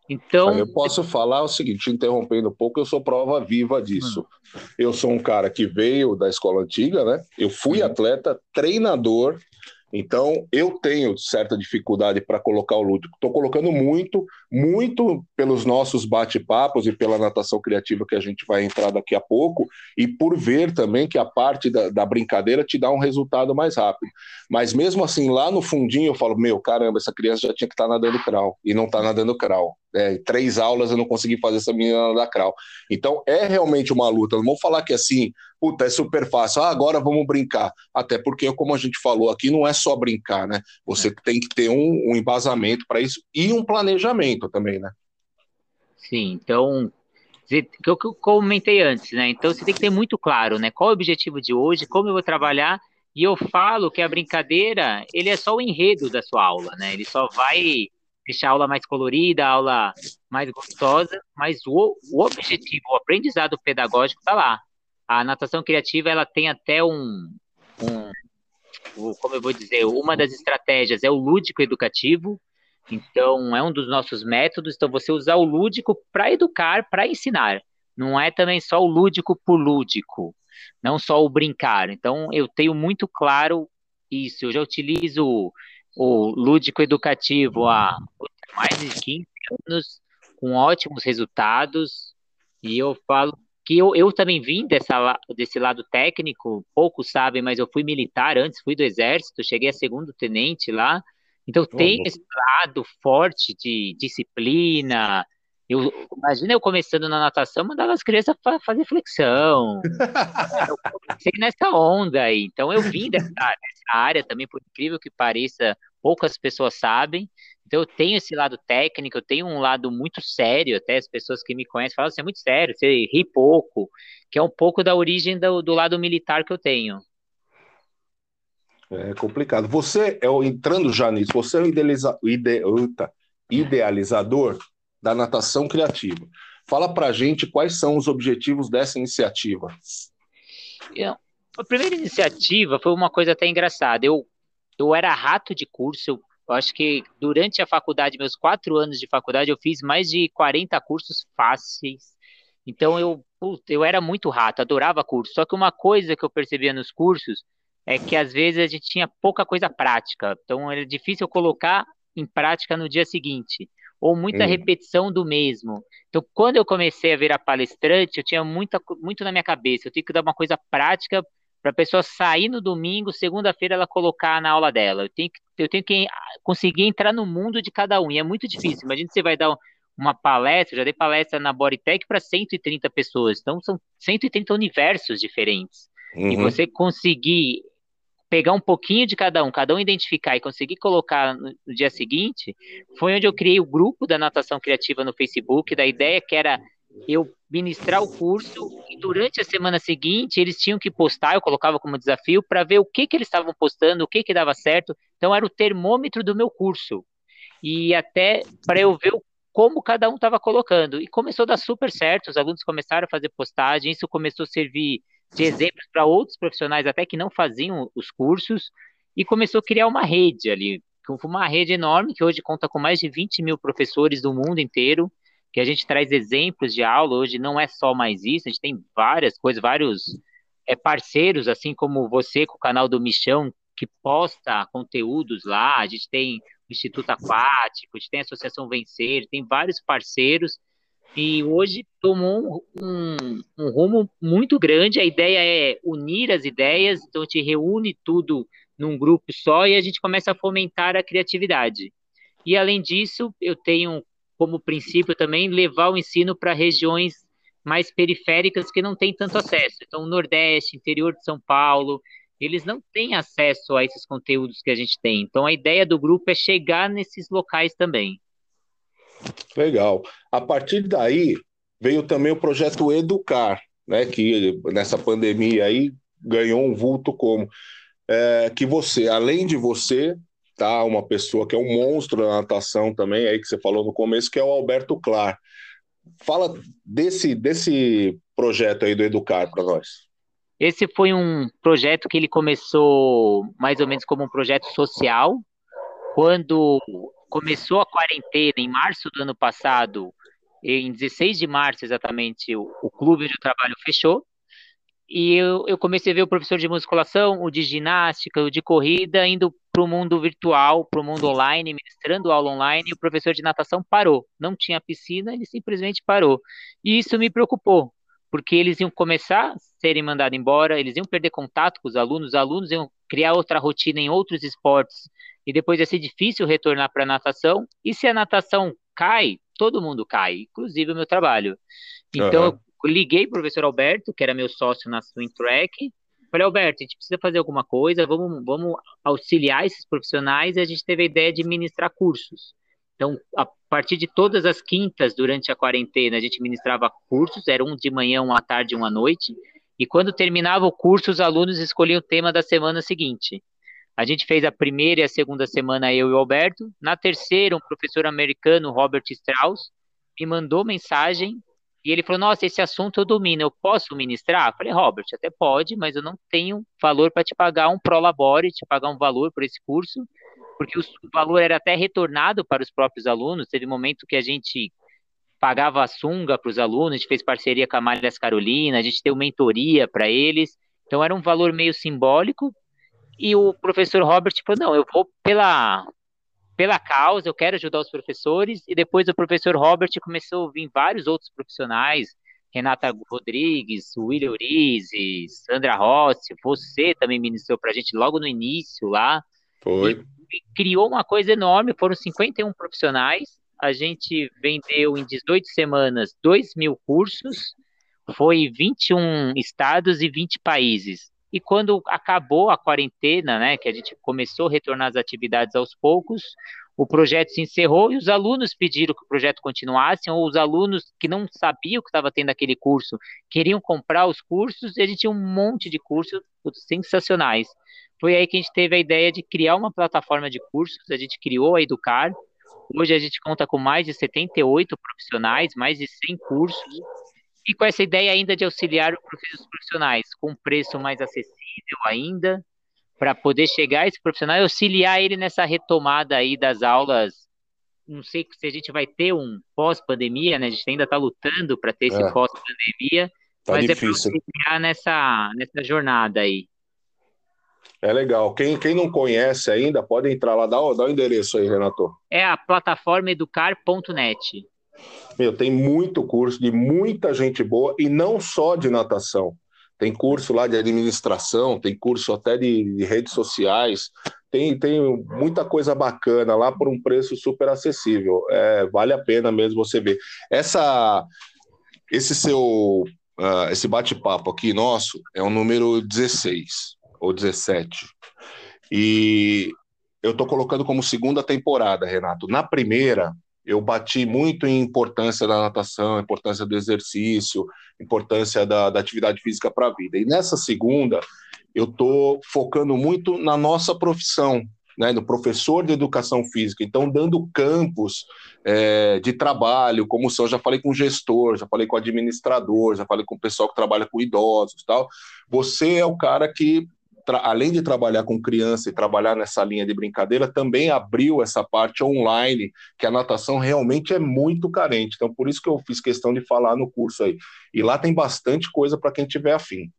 Speaker 1: Aí
Speaker 2: Então,
Speaker 1: eu posso falar o seguinte, interrompendo um pouco, eu sou prova viva disso. Eu sou um cara que veio da escola antiga, né? Eu fui
Speaker 2: uhum.
Speaker 1: atleta, treinador, então eu tenho certa dificuldade para colocar o lúdico. Estou colocando muito, muito pelos nossos bate-papos e pela natação criativa que a gente vai entrar daqui a pouco, e por ver também que a parte da brincadeira te dá um resultado mais rápido. Mas mesmo assim, lá no fundinho, eu falo, meu, caramba, essa criança já tinha que estar nadando crawl, e não está nadando crawl. Em 3 aulas eu não consegui fazer essa menina nadar crawl. Então é realmente uma luta. Não vamos falar que assim, puta, é super fácil. Agora vamos brincar. Até porque, como a gente falou aqui, não é só brincar, né? Você tem que ter um embasamento para isso e um planejamento também, né?
Speaker 2: Sim, então, que eu comentei antes, né? Então você tem que ter muito claro, né? Qual é o objetivo de hoje, como eu vou trabalhar, e eu falo que a brincadeira, ele é só o enredo da sua aula, né? Ele só vai deixar a aula mais colorida, a aula mais gostosa, mas o objetivo, o aprendizado pedagógico está lá. A natação criativa, ela tem até como eu vou dizer, uma das estratégias é o lúdico educativo. Então, é um dos nossos métodos. Então, você usar o lúdico para educar, para ensinar. Não é também só o lúdico por lúdico, não só o brincar. Então, eu tenho muito claro isso. Eu já utilizo o lúdico educativo há mais de 15 anos, com ótimos resultados. E eu falo que eu também vim desse lado técnico, poucos sabem, mas eu fui militar antes, fui do exército, cheguei a segundo tenente lá, Então
Speaker 1: Oh,
Speaker 2: tem esse lado forte de disciplina. Imagina eu começando na natação, mandava as crianças fazer flexão. Eu comecei nessa onda aí. Então eu vim dessa área também, por incrível que pareça, poucas pessoas sabem. Então eu tenho esse lado técnico, eu tenho um lado muito sério, até as pessoas que me conhecem falam, você é muito sério, você ri pouco, que é um pouco da origem do lado militar que eu tenho.
Speaker 1: é complicado. Você, entrando já nisso, você é o idealizador da natação criativa. Fala pra gente quais são os objetivos dessa iniciativa.
Speaker 2: Eu- a primeira iniciativa foi uma coisa até engraçada. Eu era rato de curso, eu acho que durante a faculdade, meus 4 anos de faculdade, eu fiz mais de 40 cursos fáceis. Então eu era muito rato, adorava curso. Só que uma coisa que eu percebia nos cursos é que às vezes a gente tinha pouca coisa prática. Então era difícil eu colocar em prática no dia seguinte, ou muita
Speaker 1: Hum,
Speaker 2: repetição do mesmo. Então, quando eu comecei a virar palestrante, eu tinha muito na minha cabeça. Eu tinha que dar uma coisa prática para a pessoa sair no domingo, segunda-feira ela colocar na aula dela. Eu tenho que conseguir entrar no mundo de cada um. E é muito difícil. Imagina você vai dar uma palestra, eu já dei palestra na Bodytech para 130 pessoas. Então são 130 universos diferentes. E
Speaker 1: uhum.
Speaker 2: você conseguir pegar um pouquinho de cada um identificar e conseguir colocar no dia seguinte, foi onde eu criei o grupo da natação criativa no Facebook, da ideia que era eu ministrar o curso e durante a semana seguinte eles tinham que postar, eu colocava como desafio para ver o que que eles estavam postando, o que que dava certo. Então era o termômetro do meu curso e até para eu ver como cada um estava colocando. E começou a dar super certo, os alunos começaram a fazer postagem, isso começou a servir de exemplos para outros profissionais até que não faziam os cursos, e começou a criar uma rede ali, uma rede enorme que hoje conta com mais de 20 mil professores do mundo inteiro, que a gente traz exemplos de aula, hoje não é só mais isso, a gente tem várias coisas, vários parceiros, assim como você com o canal do Michão, que posta conteúdos lá, a gente tem o Instituto Aquático, a gente tem a Associação Vencer, tem vários parceiros, e hoje tomou um rumo muito grande. A ideia é unir as ideias, então a gente reúne tudo num grupo só e a gente começa a fomentar a criatividade. E além disso, eu tenho como princípio também levar o ensino para regiões mais periféricas que não têm tanto acesso. Então, Nordeste, interior de São Paulo, eles não têm acesso a esses conteúdos que a gente tem. Então, a ideia do grupo é chegar nesses locais também.
Speaker 1: Legal. A partir daí veio também o projeto Educar, né? Que nessa pandemia aí ganhou um vulto como que você, além de você, tá, uma pessoa que é um monstro da natação também, aí que você falou no começo, que é o Alberto Clar. Fala desse projeto aí do Educar para nós.
Speaker 2: Esse foi um projeto que ele começou mais ou menos como um projeto social. Quando começou a quarentena, em março do ano passado, em 16 de março exatamente, o clube onde eu trabalho fechou. E eu comecei a ver o professor de musculação, o de ginástica, o de corrida, indo para o mundo virtual, para o mundo online, ministrando aula online, e o professor de natação parou. Não tinha piscina, ele simplesmente parou. E isso me preocupou, porque eles iam começar a serem mandados embora, eles iam perder contato com os alunos iam criar outra rotina em outros esportes, e depois ia ser difícil retornar para a natação. E se a natação cai, todo mundo cai, inclusive o meu trabalho. Então,
Speaker 1: Aham.
Speaker 2: eu liguei para o professor Alberto, que era meu sócio na Swing Track. Falei, Alberto, a gente precisa fazer alguma coisa, vamos auxiliar esses profissionais. E a gente teve a ideia de ministrar cursos. Então, a partir de todas as quintas, durante a quarentena, a gente ministrava cursos, era um de manhã, um à tarde, um à noite. E quando terminava o curso, os alunos escolhiam o tema da semana seguinte. A gente fez a primeira e a segunda semana, eu e o Alberto. Na terceira, um professor americano, Robert Strauss, me mandou mensagem e ele falou: Nossa, esse assunto eu domino, eu posso ministrar? Eu falei: Robert, até pode, mas eu não tenho valor para te pagar um prolabore, te pagar um valor por esse curso, porque o valor era até retornado para os próprios alunos. Teve um momento que a gente pagava a sunga para os alunos, a gente fez parceria com a Malhas Carolina, a gente deu mentoria para eles. Então era um valor meio simbólico, e o professor Robert falou: não, eu vou pela causa, eu quero ajudar os professores. E depois o professor Robert começou a vir vários outros profissionais, Renata Rodrigues, William Urizes, Sandra Rossi, você também ministrou para a gente logo no início lá. E
Speaker 1: Foi.
Speaker 2: criou uma coisa enorme, foram 51 profissionais, a gente vendeu em 18 semanas 2.000 cursos, foi 21 estados e 20 países. E quando acabou a quarentena, né, que a gente começou a retornar às atividades aos poucos, o projeto se encerrou e os alunos pediram que o projeto continuasse, ou os alunos que não sabiam que estava tendo aquele curso queriam comprar os cursos, e a gente tinha um monte de cursos sensacionais. Foi aí que a gente teve a ideia de criar uma plataforma de cursos, a gente criou a Educar. Hoje a gente conta com mais de 78 profissionais, mais de 100 cursos, e com essa ideia ainda de auxiliar os profissionais com um preço mais acessível ainda, para poder chegar a esse profissional e auxiliar ele nessa retomada aí das aulas. Não sei se a gente vai ter um pós-pandemia, né? A gente ainda está lutando para ter esse
Speaker 1: É,
Speaker 2: pós-pandemia,
Speaker 1: tá
Speaker 2: mas é para
Speaker 1: difícil.
Speaker 2: auxiliar nessa jornada aí.
Speaker 1: É legal. Quem não conhece ainda, pode entrar lá, dá o endereço aí, Renato.
Speaker 2: É a plataforma educar.net.
Speaker 1: Meu, tem muito curso de muita gente boa e não só de natação. Tem curso lá de administração, tem curso até de redes sociais, tem muita coisa bacana lá por um preço super acessível. É, vale a pena mesmo você ver. Esse seu esse bate-papo aqui nosso é o número 16 ou 17. E eu estou colocando como segunda temporada, Renato. Na primeira, eu bati muito em importância da natação, importância do exercício, importância da atividade física para a vida. E nessa segunda, eu estou focando muito na nossa profissão, né, no professor de educação física. Então, dando campos de trabalho, como são, já falei com gestor, já falei com administrador, já falei com o pessoal que trabalha com idosos, tal. Você é o cara que além de trabalhar com criança e trabalhar nessa linha de brincadeira, também abriu essa parte online, que a natação realmente é muito carente. Então, por isso que eu fiz questão de falar no curso aí. E lá tem bastante coisa para quem tiver afim.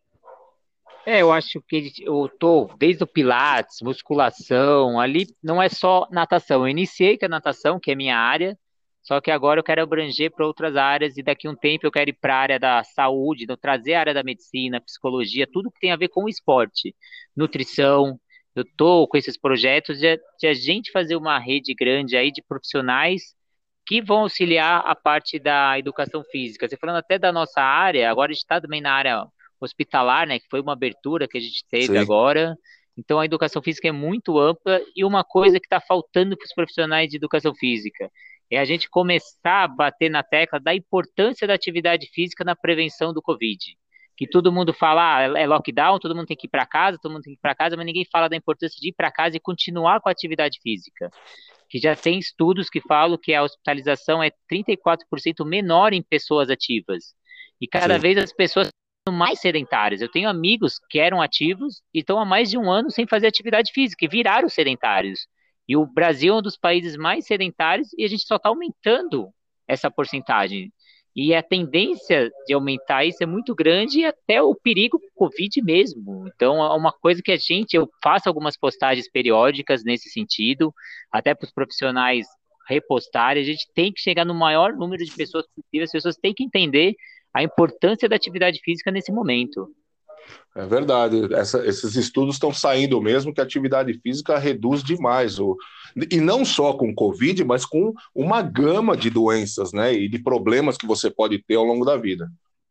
Speaker 2: Eu acho que eu tô desde o Pilates, musculação, ali não é só natação. Eu iniciei com a natação, que é minha área, só que agora eu quero abranger para outras áreas e daqui a um tempo eu quero ir para a área da saúde, então trazer a área da medicina, psicologia, tudo que tem a ver com o esporte, nutrição. Eu tô com esses projetos de a gente fazer uma rede grande aí de profissionais que vão auxiliar a parte da educação física. Você falando até da nossa área, agora a gente está também na área hospitalar, né, que foi uma abertura que a gente teve
Speaker 1: Sim.
Speaker 2: agora. Então a educação física é muito ampla e uma coisa que está faltando para os profissionais de educação física é a gente começar a bater na tecla da importância da atividade física na prevenção do Covid. Que todo mundo fala, é lockdown, todo mundo tem que ir para casa, todo mundo tem que ir para casa, mas ninguém fala da importância de ir para casa e continuar com a atividade física, que já tem estudos que falam que a hospitalização é 34% menor em pessoas ativas. E cada
Speaker 1: Sim.
Speaker 2: vez as pessoas são mais sedentárias. Eu tenho amigos que eram ativos e estão há mais de um ano sem fazer atividade física e viraram sedentários. E o Brasil é um dos países mais sedentários e a gente só está aumentando essa porcentagem. E a tendência de aumentar isso é muito grande e até o perigo do Covid mesmo. Então, é uma coisa que eu faço algumas postagens periódicas nesse sentido, até para os profissionais repostarem. A gente tem que chegar no maior número de pessoas possível, as pessoas têm que entender a importância da atividade física nesse momento.
Speaker 1: É verdade. Esses estudos estão saindo mesmo que a atividade física reduz demais. E não só com Covid, mas com uma gama de doenças, né? E de problemas que você pode ter ao longo da vida.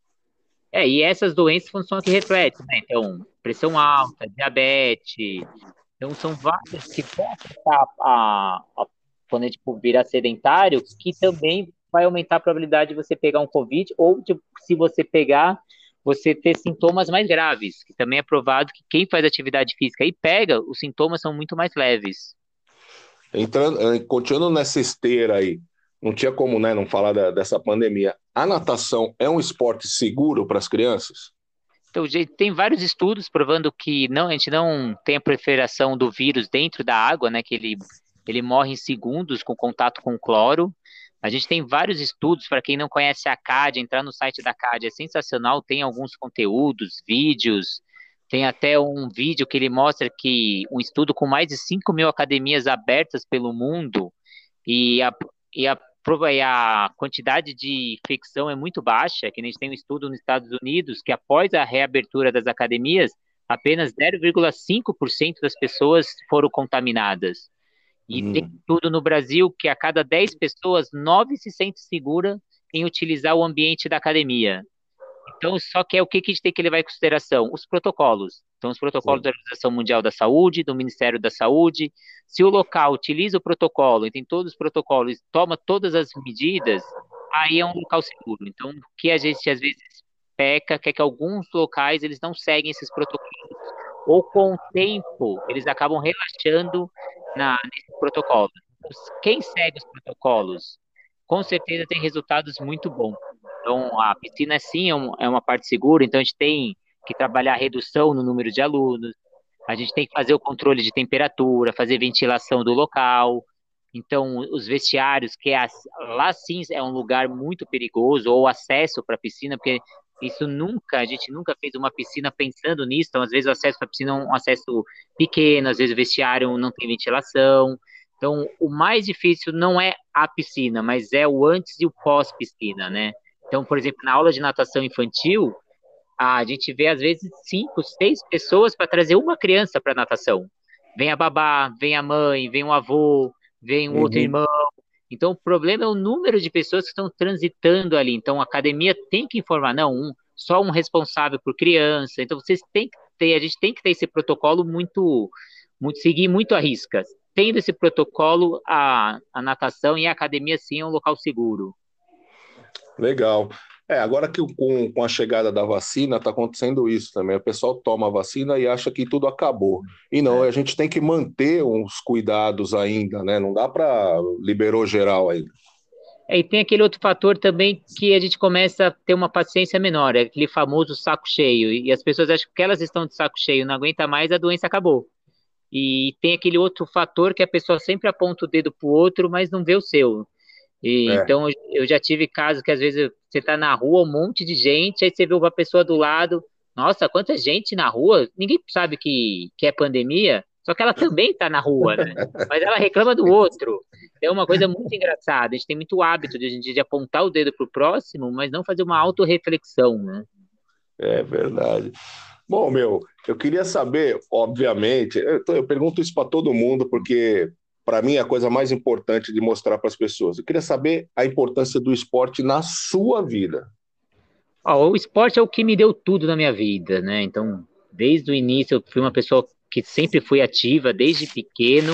Speaker 2: E essas doenças são que refletem, né? Então, pressão alta, diabetes. Então, são várias que vão afetar quando a gente virar sedentário, que também vai aumentar a probabilidade de você pegar um Covid, ou se você pegar, você ter sintomas mais graves, que também é provado que quem faz atividade física e pega, os sintomas são muito mais leves.
Speaker 1: Continuando nessa esteira aí, não tinha como, né, não falar dessa pandemia. A natação é um esporte seguro para as crianças?
Speaker 2: Então, gente, tem vários estudos provando que a gente não tem a proliferação do vírus dentro da água, né? Que ele morre em segundos com contato com cloro. A gente tem vários estudos, para quem não conhece a CAD, entrar no site da CAD é sensacional, tem alguns conteúdos, vídeos, tem até um vídeo que ele mostra que um estudo com mais de 5.000 academias abertas pelo mundo e a quantidade de infecção é muito baixa, que a gente tem um estudo nos Estados Unidos que após a reabertura das academias, apenas 0,5% das pessoas foram contaminadas. E tem tudo no Brasil que a cada 10 pessoas, 9 se sente segura em utilizar o ambiente da academia. Então, só que é o que a gente tem que levar em consideração? Os protocolos. Então, os protocolos
Speaker 1: Sim.
Speaker 2: da Organização Mundial da Saúde, do Ministério da Saúde. Se o local utiliza o protocolo e tem todos os protocolos, toma todas as medidas, aí é um local seguro. Então, o que a gente às vezes peca, que é que alguns locais eles não seguem esses protocolos. Ou com o tempo, eles acabam relaxando nesses protocolos. Quem segue os protocolos, com certeza tem resultados muito bons. Então, a piscina, sim, é uma parte segura, então a gente tem que trabalhar a redução no número de alunos, a gente tem que fazer o controle de temperatura, fazer ventilação do local. Então, os vestiários, lá sim é um lugar muito perigoso, ou acesso para a piscina, porque a gente nunca fez uma piscina pensando nisso, então às vezes o acesso para a piscina é um acesso pequeno, às vezes o vestiário não tem ventilação. Então, o mais difícil não é a piscina, mas é o antes e o pós-piscina, né? Então, por exemplo, na aula de natação infantil, a gente vê às vezes 5, 6 pessoas para trazer uma criança para natação. Vem a babá, vem a mãe, vem o avô, vem o outro
Speaker 1: Uhum.
Speaker 2: irmão. Então, o problema é o número de pessoas que estão transitando ali. Então, a academia tem que informar, não, só um responsável por criança. Então, a gente tem que ter esse protocolo seguir muito à risca. Tendo esse protocolo, a natação e a academia, sim, é um local seguro.
Speaker 1: Legal. Agora que com a chegada da vacina está acontecendo isso também. O pessoal toma a vacina e acha que tudo acabou. E não, a gente tem que manter uns cuidados ainda, né? Não dá para liberou geral ainda.
Speaker 2: E tem aquele outro fator também que a gente começa a ter uma paciência menor, é aquele famoso saco cheio. E as pessoas acham que elas estão de saco cheio, não aguenta mais, a doença acabou. E tem aquele outro fator que a pessoa sempre aponta o dedo pro outro, mas não vê o seu.
Speaker 1: É.
Speaker 2: Então, eu já tive casos que às vezes você tá na rua, um monte de gente, aí você vê uma pessoa do lado, nossa, quanta gente na rua, ninguém sabe que é pandemia, só que ela também tá na rua, né? Mas ela reclama do outro. É uma coisa muito engraçada, a gente tem muito hábito de apontar o dedo pro próximo, mas não fazer uma autorreflexão, né?
Speaker 1: É verdade. Bom, eu queria saber, obviamente, eu pergunto isso para todo mundo, porque para mim é a coisa mais importante de mostrar para as pessoas. Eu queria saber a importância do esporte na sua vida.
Speaker 2: Ó, o esporte é o que me deu tudo na minha vida, né? Então, desde o início, eu fui uma pessoa que sempre fui ativa, desde pequeno.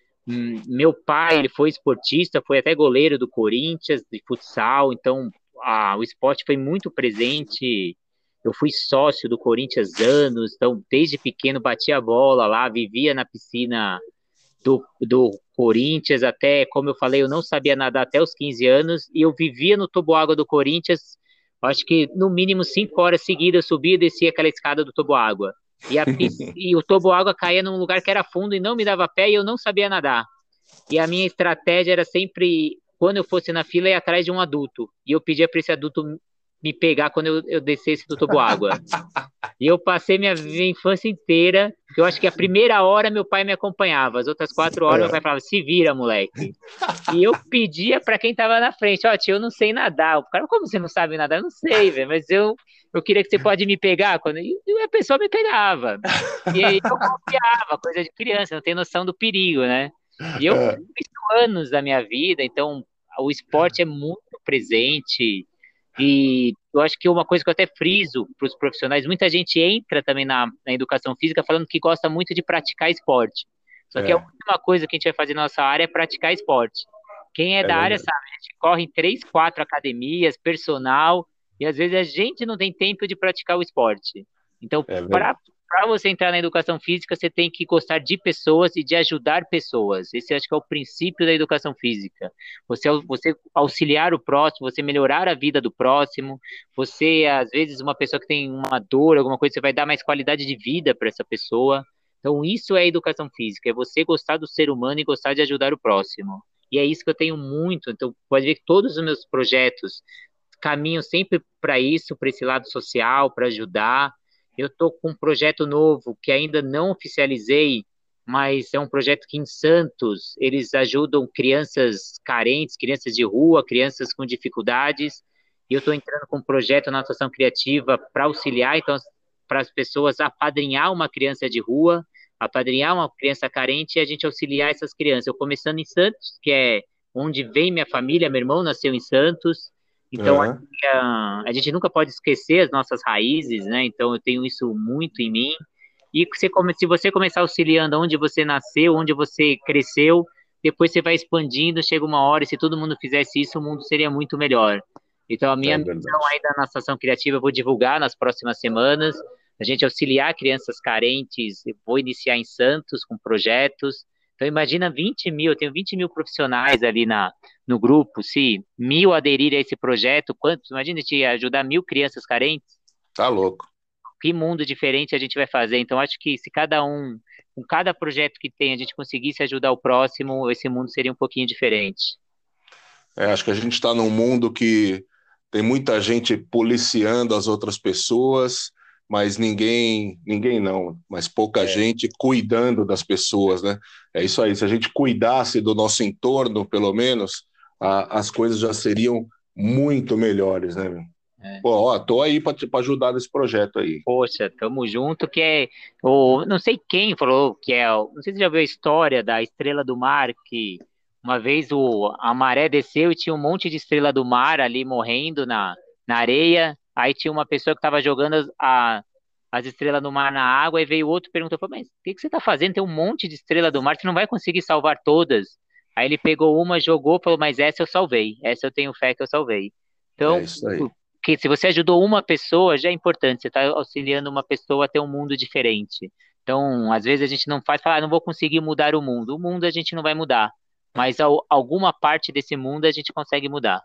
Speaker 2: Meu pai, ele foi esportista, foi até goleiro do Corinthians, de futsal, então o esporte foi muito presente. Eu fui sócio do Corinthians anos, então desde pequeno batia a bola lá, vivia na piscina do Corinthians, até, como eu falei, eu não sabia nadar até os 15 anos, e eu vivia no toboágua do Corinthians, acho que no mínimo 5 horas seguidas eu subia e descia aquela escada do toboágua. E o toboágua caía num lugar que era fundo e não me dava pé e eu não sabia nadar. E a minha estratégia era sempre, quando eu fosse na fila, ir atrás de um adulto. E eu pedia para esse adulto me pegar quando eu descesse do toboágua. E eu passei minha infância inteira, eu acho que a primeira hora meu pai me acompanhava, as outras 4 horas meu pai falava, se vira, moleque. E eu pedia para quem tava na frente, ó, tio, eu não sei nadar. O cara, como você não sabe nadar? Eu não sei, velho, mas eu queria que você pode me pegar. E a pessoa me pegava. E aí eu confiava, coisa de criança, não tem noção do perigo, né? E eu fiz isso anos da minha vida, então o esporte é muito presente. E eu acho que uma coisa que eu até friso para os profissionais, muita gente entra também na educação física falando que gosta muito de praticar esporte. Só que a
Speaker 1: É,
Speaker 2: última coisa que a gente vai fazer na nossa área é praticar esporte. Quem é
Speaker 1: é
Speaker 2: da área
Speaker 1: verdade.
Speaker 2: sabe, a gente corre em 3, 4 academias, personal, e às vezes a gente não tem tempo de praticar o esporte. Então,
Speaker 1: É verdade.
Speaker 2: para você entrar na educação física, você tem que gostar de pessoas e de ajudar pessoas. Esse acho que é o princípio da educação física. Você auxiliar o próximo, você melhorar a vida do próximo, você, às vezes, uma pessoa que tem uma dor, alguma coisa, você vai dar mais qualidade de vida para essa pessoa. Então, isso é educação física, é você gostar do ser humano e gostar de ajudar o próximo. E é isso que eu tenho muito. Então, pode ver que todos os meus projetos caminham sempre para isso, para esse lado social, para ajudar. Eu estou com um projeto novo que ainda não oficializei, mas é um projeto que em Santos eles ajudam crianças carentes, crianças de rua, crianças com dificuldades. E eu estou entrando com um projeto na atuação criativa para auxiliar. Então, para as pessoas apadrinhar uma criança de rua, apadrinhar uma criança carente e a gente auxiliar essas crianças. Eu começando em Santos, que é onde vem minha família, meu irmão nasceu em Santos, então
Speaker 1: Aham.
Speaker 2: a gente nunca pode esquecer as nossas raízes, né? Então eu tenho isso muito em mim. E se você começar auxiliando onde você nasceu, onde você cresceu, depois você vai expandindo, chega uma hora, e se todo mundo fizesse isso, o mundo seria muito melhor. Então, a minha
Speaker 1: É
Speaker 2: missão
Speaker 1: verdade.
Speaker 2: aí da Natação Criativa, eu vou divulgar nas próximas semanas, a gente auxiliar crianças carentes, eu vou iniciar em Santos com projetos. Então, imagina 20 mil, eu tenho 20 mil profissionais ali no grupo, se 1.000 aderirem a esse projeto, quantos? Imagina te ajudar 1.000 crianças carentes,
Speaker 1: Tá louco.
Speaker 2: que mundo diferente a gente vai fazer. Então, acho que se cada um, com cada projeto que tem, a gente conseguisse ajudar o próximo, esse mundo seria um pouquinho diferente.
Speaker 1: Acho que a gente está num mundo que tem muita gente policiando as outras pessoas, mas ninguém não, mas pouca
Speaker 2: É,
Speaker 1: gente cuidando das pessoas, né? É isso aí. Se a gente cuidasse do nosso entorno, pelo menos, as coisas já seriam muito melhores, né, meu?
Speaker 2: é.
Speaker 1: Pô, ó, tô aí para ajudar nesse projeto aí.
Speaker 2: Poxa, tamo junto, que é não sei quem falou que não sei se você já viu a história da estrela do mar, que uma vez a maré desceu e tinha um monte de estrela do mar ali morrendo na areia, aí tinha uma pessoa que estava jogando as estrelas do mar na água, e veio outro e perguntou, mas o que que você está fazendo? Tem um monte de estrela do mar, você não vai conseguir salvar todas. Aí ele pegou uma, jogou, falou, mas essa eu salvei, essa eu tenho fé que eu salvei.
Speaker 1: É
Speaker 2: Então,
Speaker 1: isso aí.
Speaker 2: que se você ajudou uma pessoa, já é importante. Você está auxiliando uma pessoa a ter um mundo diferente. Então, às vezes a gente não fala, não vou conseguir mudar o mundo. O mundo a gente não vai mudar, mas alguma parte desse mundo a gente consegue mudar.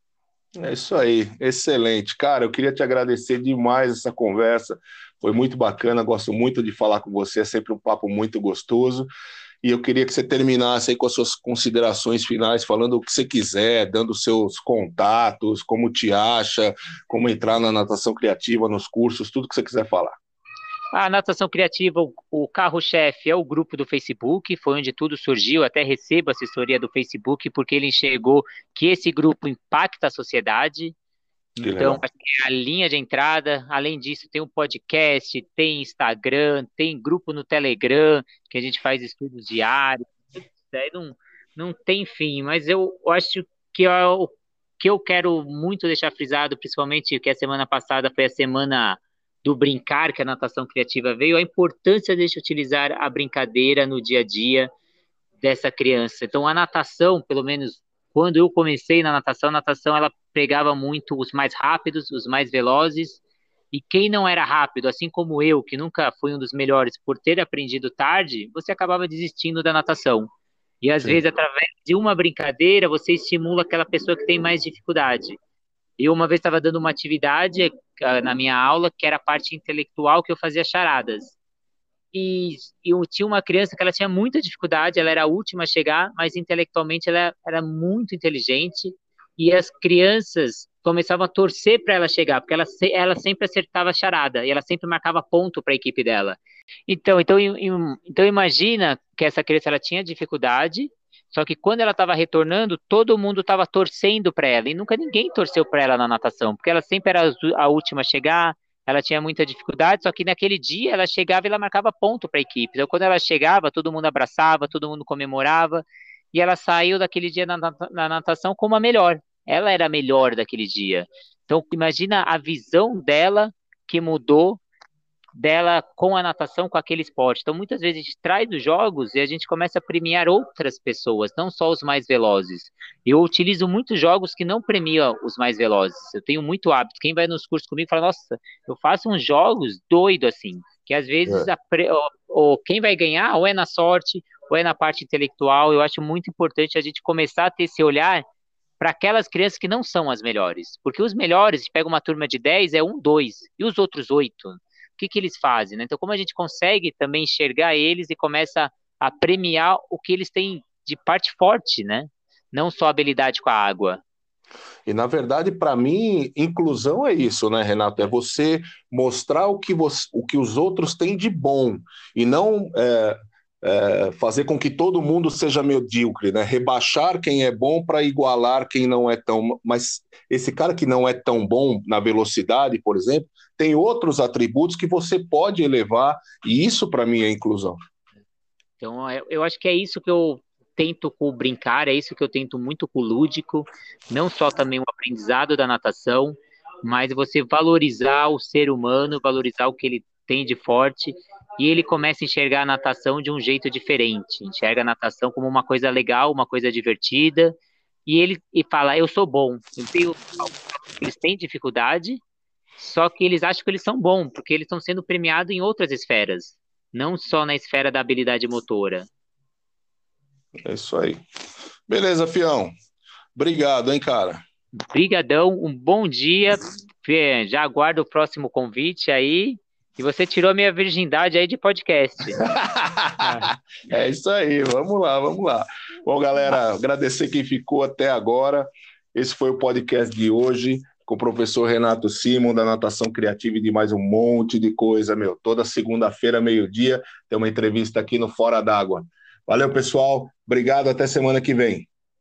Speaker 1: É isso aí, excelente. Cara, eu queria te agradecer demais essa conversa. Foi muito bacana, gosto muito de falar com você, é sempre um papo muito gostoso. E eu queria que você terminasse aí com as suas considerações finais, falando o que você quiser, dando seus contatos, como te acha, como entrar na natação criativa, nos cursos, tudo que você quiser falar.
Speaker 2: A natação criativa, o carro-chefe é o grupo do Facebook, foi onde tudo surgiu. Até recebo assessoria do Facebook, porque ele enxergou que esse grupo impacta a sociedade.
Speaker 1: Que
Speaker 2: Então,
Speaker 1: legal.
Speaker 2: acho que é a linha de entrada. Além disso, tem um podcast, tem Instagram, tem grupo no Telegram, que a gente faz estudos diários. Isso aí não tem fim, mas eu acho que o que eu quero muito deixar frisado, principalmente que a semana passada foi a semana do brincar, que a natação criativa veio, a importância de utilizar a brincadeira no dia a dia dessa criança. Então, a natação, pelo menos quando eu comecei na natação, a natação ela pegava muito os mais rápidos, os mais velozes, e quem não era rápido, assim como eu, que nunca fui um dos melhores por ter aprendido tarde, você acabava desistindo da natação. E às vezes,
Speaker 1: Sim.
Speaker 2: através de uma brincadeira, você estimula aquela pessoa que tem mais dificuldade. Eu uma vez estava dando uma atividade na minha aula, que era a parte intelectual, que eu fazia charadas. E eu tinha uma criança que ela tinha muita dificuldade, ela era a última a chegar, mas intelectualmente ela era muito inteligente, e as crianças começavam a torcer para ela chegar, porque ela sempre acertava a charada, e ela sempre marcava ponto para a equipe dela. Então imagina que essa criança ela tinha dificuldade, só que quando ela estava retornando, todo mundo estava torcendo para ela, e nunca ninguém torceu para ela na natação, porque ela sempre era a última a chegar, ela tinha muita dificuldade, só que naquele dia ela chegava e ela marcava ponto para a equipe. Então, quando ela chegava, todo mundo abraçava, todo mundo comemorava, e ela saiu daquele dia na natação como a melhor. Ela era a melhor daquele dia. Então, imagina a visão dela que mudou dela com a natação, com aquele esporte. Então, muitas vezes a gente traz os jogos e a gente começa a premiar outras pessoas, não só os mais velozes. Eu utilizo muitos jogos que não premiam os mais velozes. Eu tenho muito hábito. Quem vai nos cursos comigo fala, nossa, eu faço uns jogos doido assim, que às vezes
Speaker 1: É.
Speaker 2: ou quem vai ganhar ou é na sorte ou é na parte intelectual. Eu acho muito importante a gente começar a ter esse olhar para aquelas crianças que não são as melhores. Porque os melhores, pega uma turma de 10 é um, dois, e os outros oito? O que que eles fazem, né? Então, como a gente consegue também enxergar eles e começa a premiar o que eles têm de parte forte, né? Não só habilidade com a água.
Speaker 1: E, na verdade, para mim, inclusão é isso, né, Renato? É você mostrar o que os outros têm de bom e não fazer com que todo mundo seja medíocre, né? Rebaixar quem é bom para igualar quem não é tão... Mas esse cara que não é tão bom na velocidade, por exemplo, tem outros atributos que você pode elevar, e isso para mim é inclusão.
Speaker 2: Então, eu acho que é isso que eu tento com o brincar, é isso que eu tento muito com o lúdico, não só também o aprendizado da natação, mas você valorizar o ser humano, valorizar o que ele tem de forte, e ele começa a enxergar a natação de um jeito diferente, enxerga a natação como uma coisa legal, uma coisa divertida, e fala, eu sou bom. Eles têm dificuldade, só que eles acham que eles são bons, porque eles estão sendo premiados em outras esferas, não só na esfera da habilidade motora.
Speaker 1: É isso aí. Beleza, Fião. Obrigado, hein, cara.
Speaker 2: Brigadão, um bom dia. Fê, já aguardo o próximo convite aí. E você tirou minha virgindade aí de podcast.
Speaker 1: É isso aí, vamos lá, vamos lá. Bom, galera, agradecer quem ficou até agora. Esse foi o podcast de hoje com o professor Renato Simon, da Natação Criativa e de mais um monte de coisa, meu. Toda segunda-feira, meio-dia, tem uma entrevista aqui no Fora d'Água. Valeu, pessoal. Obrigado, até semana que vem.